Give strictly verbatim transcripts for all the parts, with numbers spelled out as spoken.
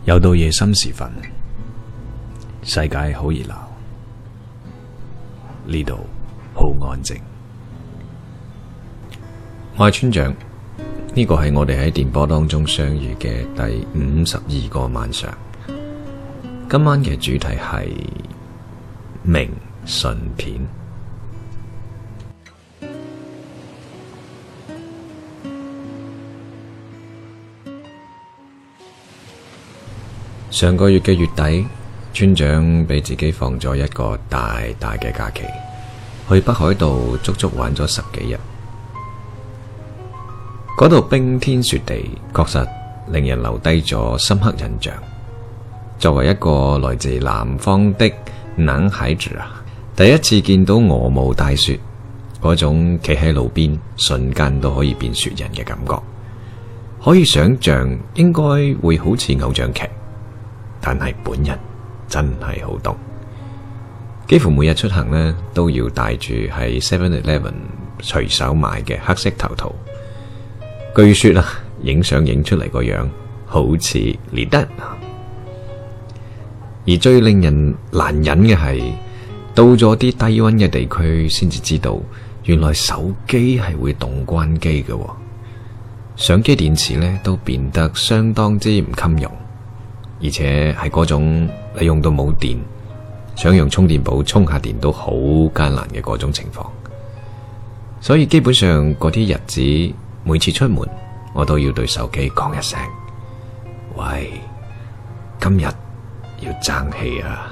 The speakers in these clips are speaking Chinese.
又到夜深時分，世界好熱鬧，呢度好安靜。我係村長，呢個係我哋喺電波當中相遇嘅第五十二個晚上。今晚嘅主題係明信片。上個月嘅月底，村長俾自己放咗一個大大嘅假期，去北海道足足玩咗十幾日。嗰度冰天雪地，確實令人留低咗深刻印象。作為一個來自南方的男孩子啊，第一次見到鵝毛大雪，嗰種企喺路邊瞬間都可以變雪人嘅感覺，可以想象應該會好似偶像劇。但係本人真係好凍，幾乎每日出行呢都要帶住喺 seven eleven 隨手買嘅黑色頭套。據說啊，影相影出嚟個樣好似列德。而最令人難忍嘅係，到咗啲低溫嘅地區，先至知道原來手機係會凍關機嘅，相機電池呢都變得相當之唔襟用。而且係嗰種你用到冇電，想用充電寶充下電都好艱難嘅嗰種情況。所以基本上嗰啲日子，每次出門我都要對手機講一聲：喂，今日要爭氣啊！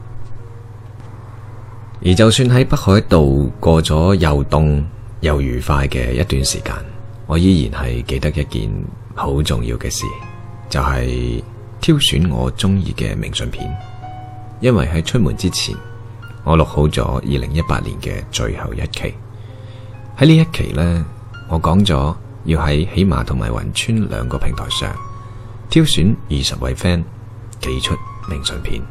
而就算喺北海道過咗又凍又愉快嘅一段時間，我依然係記得一件好重要嘅事，就係、是挑選我中意嘅明信片，因為喺出門之前，我錄好咗二零一八年嘅最後一期。喺呢一期呢，我講咗要喺喜馬同埋雲村兩個平台上挑選二十位 friend 寄出明信片。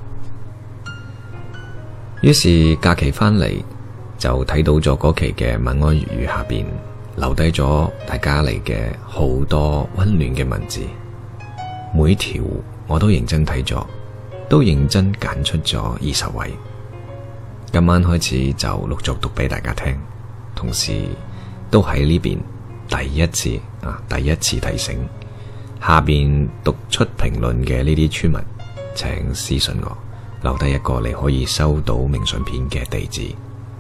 於是假期翻嚟就睇到咗嗰期嘅晚安粵語下邊留低咗大家嚟嘅好多溫暖嘅文字。每條我都認真睇咗，都認真揀出咗二十位。今晚開始就陸續讀俾大家聽，同時都喺呢邊第一次啊，第一次提醒下邊讀出評論嘅呢啲村民，請私信我，留低一個你可以收到明信片嘅地址。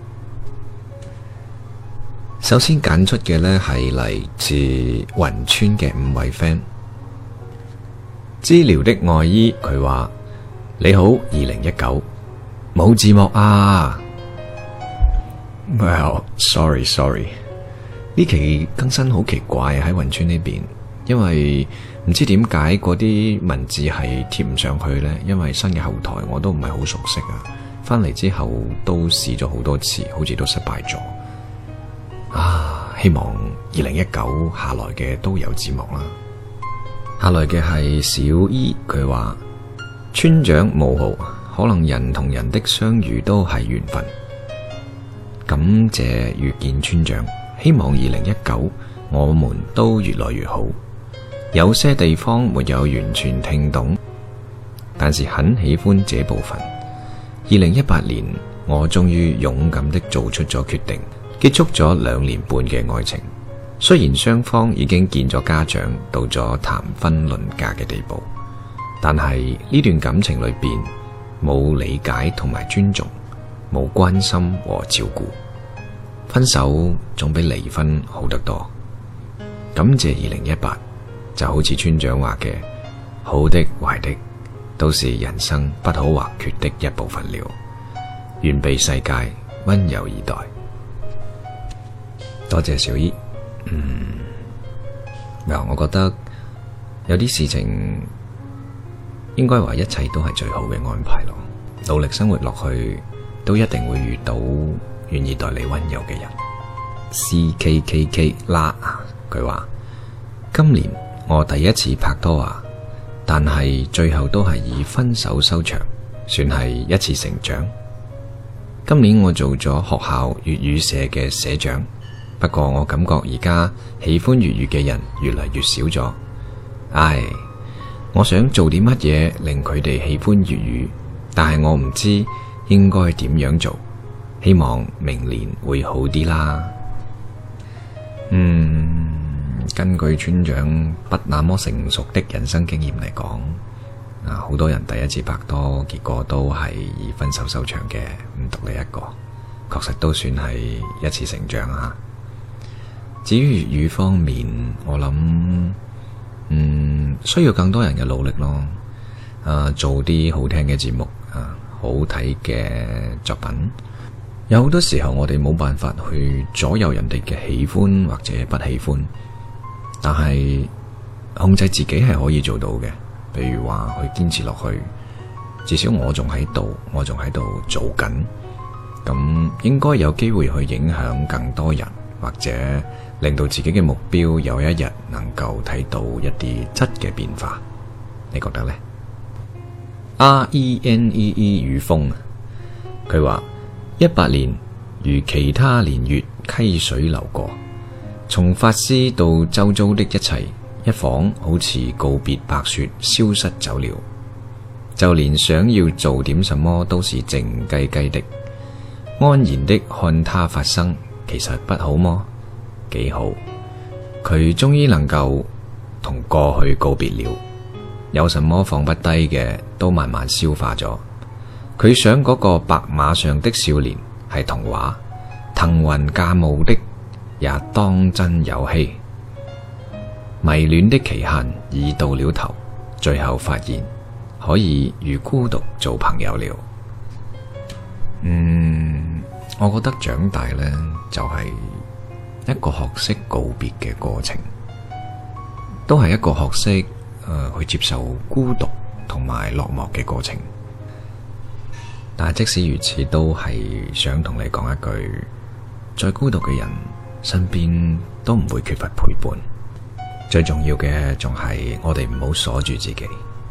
首先揀出嘅呢係嚟自雲村嘅五位 friend。知了的外衣佢話：你好，二零一九冇字幕啊。Well sorry sorry， 呢期更新好奇怪喺雲村呢邊，因為唔知點解嗰啲文字係貼唔上去呢，因為新嘅後台我都唔係好熟悉啊。翻嚟之後都試咗好多次，好似都失敗咗啊。希望二零一九下來嘅都有字幕啦。下來嘅係小姨，佢話：村長無號，可能人同人的相遇都係緣分。感謝遇見村長，希望二零一九我們都越來越好。有些地方沒有完全聽懂，但是很喜歡這部分。二零一八年，我終於勇敢的做出咗決定，結束咗兩年半嘅愛情。雖然雙方已經見咗家長，到咗談婚論嫁嘅地步，但係呢段感情裏邊冇理解同埋尊重，冇關心和照顧，分手總比離婚好得多。感謝二零一八，就好似村長話嘅，好的壞的都是人生不可或缺的一部分了。願被世界溫柔以待。多謝小姨。嗯，嗱，我覺得有啲事情應該話一切都係最好嘅安排咯。努力生活落去，都一定會遇到願意待你溫柔嘅人。C K K K 啦，佢話今年我第一次拍拖啊，但係最後都係以分手收場，算係一次成長。今年我做咗學校粵語社嘅社長。不過我感覺而家喜歡粵語嘅人越嚟越少咗，唉， 我想做啲乜嘢令佢哋喜歡粵語，但係我唔知應該點樣做。希望明年會好啲啦。嗯，根據村長不那麼成熟的人生經驗嚟講，啊，好多人第一次拍拖，結果都係以分手收場嘅，唔獨你一個，確實都算係一次成長啊。至於粵語方面，我諗，嗯，需要更多人嘅努力咯。啊，做啲好聽嘅節目，啊，好睇嘅作品。有好多時候我哋冇辦法去左右人哋嘅喜歡或者不喜歡，但係控制自己係可以做到嘅。比如話去堅持落去，至少我仲喺度，我仲喺度做緊，咁應該有機會去影響更多人，或者令到自己嘅目標有一日能夠睇到一啲質嘅變化。你覺得呢？ R E N E E 雨風，佢話一八年如其他年月溪水流過，從發絲到周遭的一切，一晃好似告別白雪，消失走了。就連想要做點什麼都是靜雞雞的，安然的看它發生，其實不好麼？幾好，佢終於能夠同過去告別了，有什麼放不低嘅都慢慢消化咗。佢想嗰個白馬上的少年係童話，騰雲駕霧的也當真有戲。迷戀的期限已到了頭，最後發現可以與孤獨做朋友了。嗯，我覺得長大呢，就係一個學識告別嘅過程，都係一個學識誒、呃、去接受孤獨同埋落寞嘅過程。但係即使如此，都係想同你講一句，再孤獨嘅人身邊都唔會缺乏陪伴。最重要嘅仲係我哋唔好鎖住自己。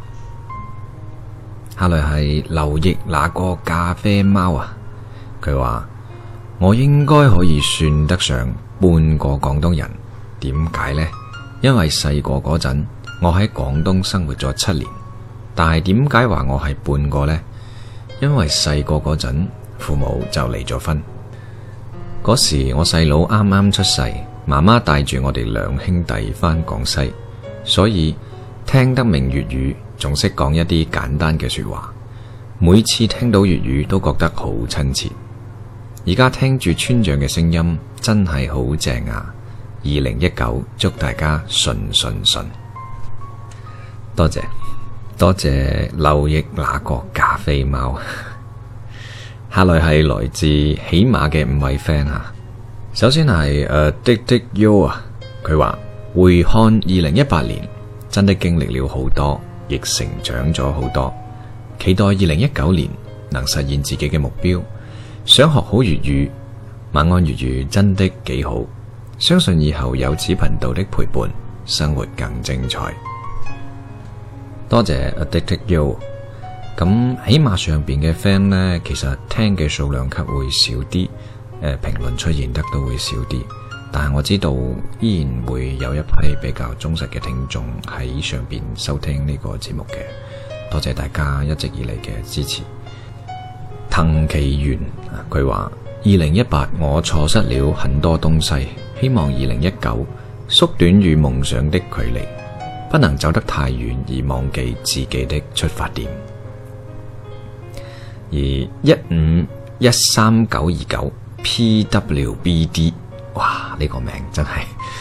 下來係劉奕那個咖啡貓啊，佢話我應該可以算得上半個廣東人。點解呢？因為細個嗰陣我喺廣東生活咗七年，但係點解話我係半個呢？因為細個嗰陣父母就離咗婚，嗰時我細佬啱啱出世，媽媽帶住我哋兩兄弟返廣西，所以聽得明粵語，仲識講一啲簡單嘅說話，每次聽到粵語都覺得好親切。而家聽住村長嘅聲音真係好正啊！二零一九祝大家順順順，多謝。多謝劉奕那個咖啡貓。下來係來自喜馬嘅五位 friend 啊。首先係誒滴滴 U 啊，佢話回看二零一八年，真的經歷了好多，亦成長咗好多。期待二零一九年能實現自己嘅目標，想學好粵語。晚安粵語真的幾好，相信以後有此頻道的陪伴，生活更精彩。多謝 Addicted You。 咁喜馬上邊嘅 friend 呢，其實聽嘅數量級會少啲，誒評論出現得都會少啲，但係我知道依然會有一批比較忠實嘅聽眾喺上邊收聽呢個節目嘅。多謝大家一直以嚟嘅支持。藤崎源佢話二零一八我錯失了很多東西，希望二零一九縮短與夢想的距離，不能走得太遠而忘記自己的出發點。而一五一三九二九 P W B D， 哇，呢個名真係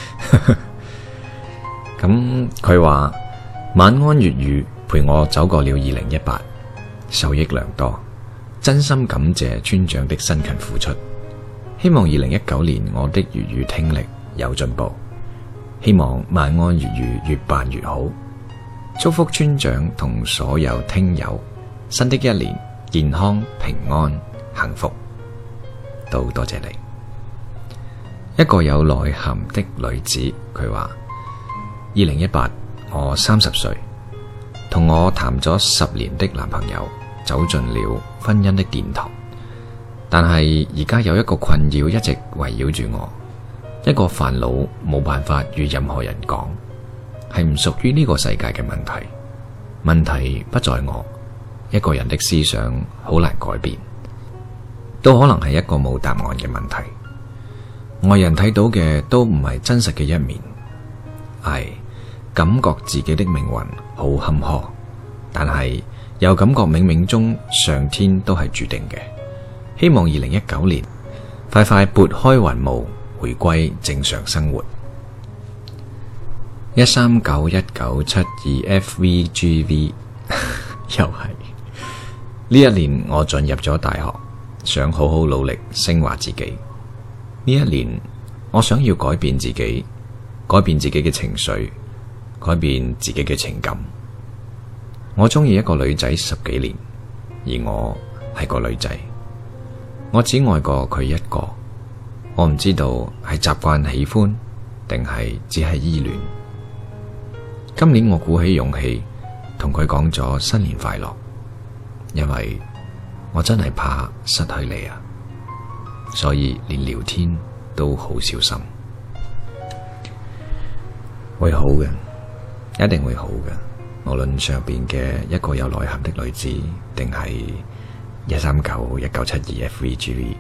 咁佢話晚安粵語陪我走過了二零一八，受益良多，真心感謝村長的辛勤付出。希望二零一九年我的粵語聽力有進步，希望晚安粵語越辦越好。祝福村長同所有聽友新的一年健康平安幸福。都多謝你。一個有內涵的女子，佢話二零一八我三十歲，同我談咗十年的男朋友走進了婚姻的殿堂，但係而家有一個困擾一直圍繞住我，一個煩惱冇辦法與任何人講，係唔屬於呢個世界嘅問題， 問題不在我，一個人的思想好難改變，都可能係一個冇答案嘅問題。外人睇到嘅都唔係真實嘅一面，係感覺自己的命運好坎坷，但係又感覺冥冥中上天都係注定嘅。希望二零一九年快快撥開雲霧，回歸正常生活。一三九一九七二 F V G V 又係呢一年，我進入咗大學，想好好努力升華自己。呢一年，我想要改變自己，改變自己嘅情緒，改變自己嘅情感。我中意一個女仔十幾年，而我係個女仔，我只愛過佢一個。我唔知道係習慣喜歡，定係只係依戀。今年我鼓起勇氣同佢講咗新年快樂，因為我真係怕失去你啊，所以連聊天都好小心。會好嘅，一定會好嘅，無論上邊嘅一個有內涵的女子，定係一三九一九七二 F V G V。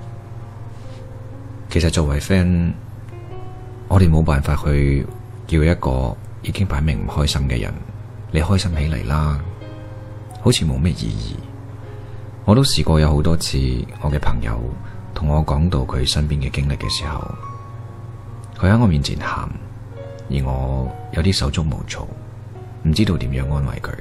其實作為 friend， 我哋冇辦法去叫一個已經擺明唔開心嘅人，你開心起嚟啦，好似冇咩意義。我都試過有好多次，我嘅朋友同我講到佢身邊嘅經歷嘅時候，佢喺我面前喊，而我有啲手足無措，唔知道點樣安慰佢。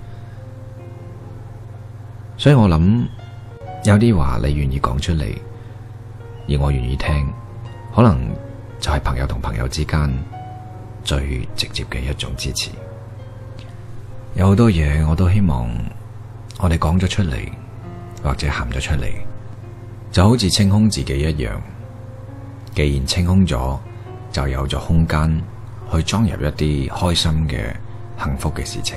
所以我諗，有啲話你願意講出嚟，而我願意聽，可能就係朋友同朋友之間最直接嘅一種支持。有好多嘢我都希望我哋講咗出嚟，或者喊咗出嚟，就好似清空自己一樣。既然清空咗，就有咗空間去裝入一啲開心嘅幸福嘅事情。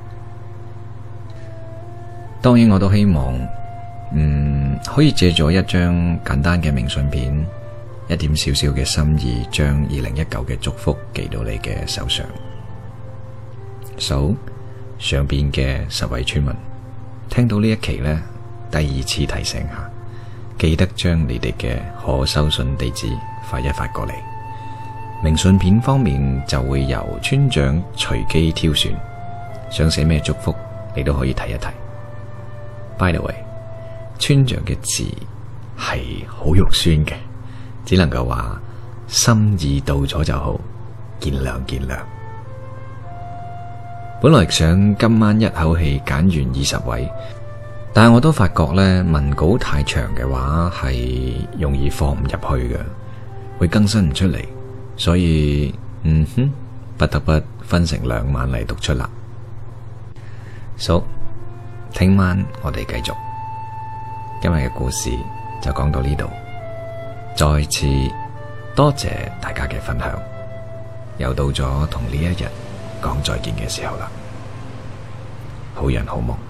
當然我都希望嗯，可以借咗一張簡單嘅明信片，一點少少嘅心意，將二零一九嘅祝福寄到你嘅手上。數、so, 上邊嘅十位村民聽到呢一期呢，第二次提醒下，記得將你哋嘅可收信地址發一發過嚟。明信片方面就會由村長隨機挑選，想寫咩祝福你都可以睇一睇。By the way， 村長嘅字係好肉酸嘅，只能夠話心意到咗就好，見諒見諒。本來想今晚一口氣揀完二十位，但係我都發覺咧，文稿太長嘅話係容易放唔入去嘅，會更新唔出嚟，所以嗯哼，不得不分成兩晚嚟讀出啦。So，聽晚我哋繼續，今日嘅故事就講到呢度。再次多謝大家嘅分享，又到咗同呢一日講再見嘅時候啦。好人好夢。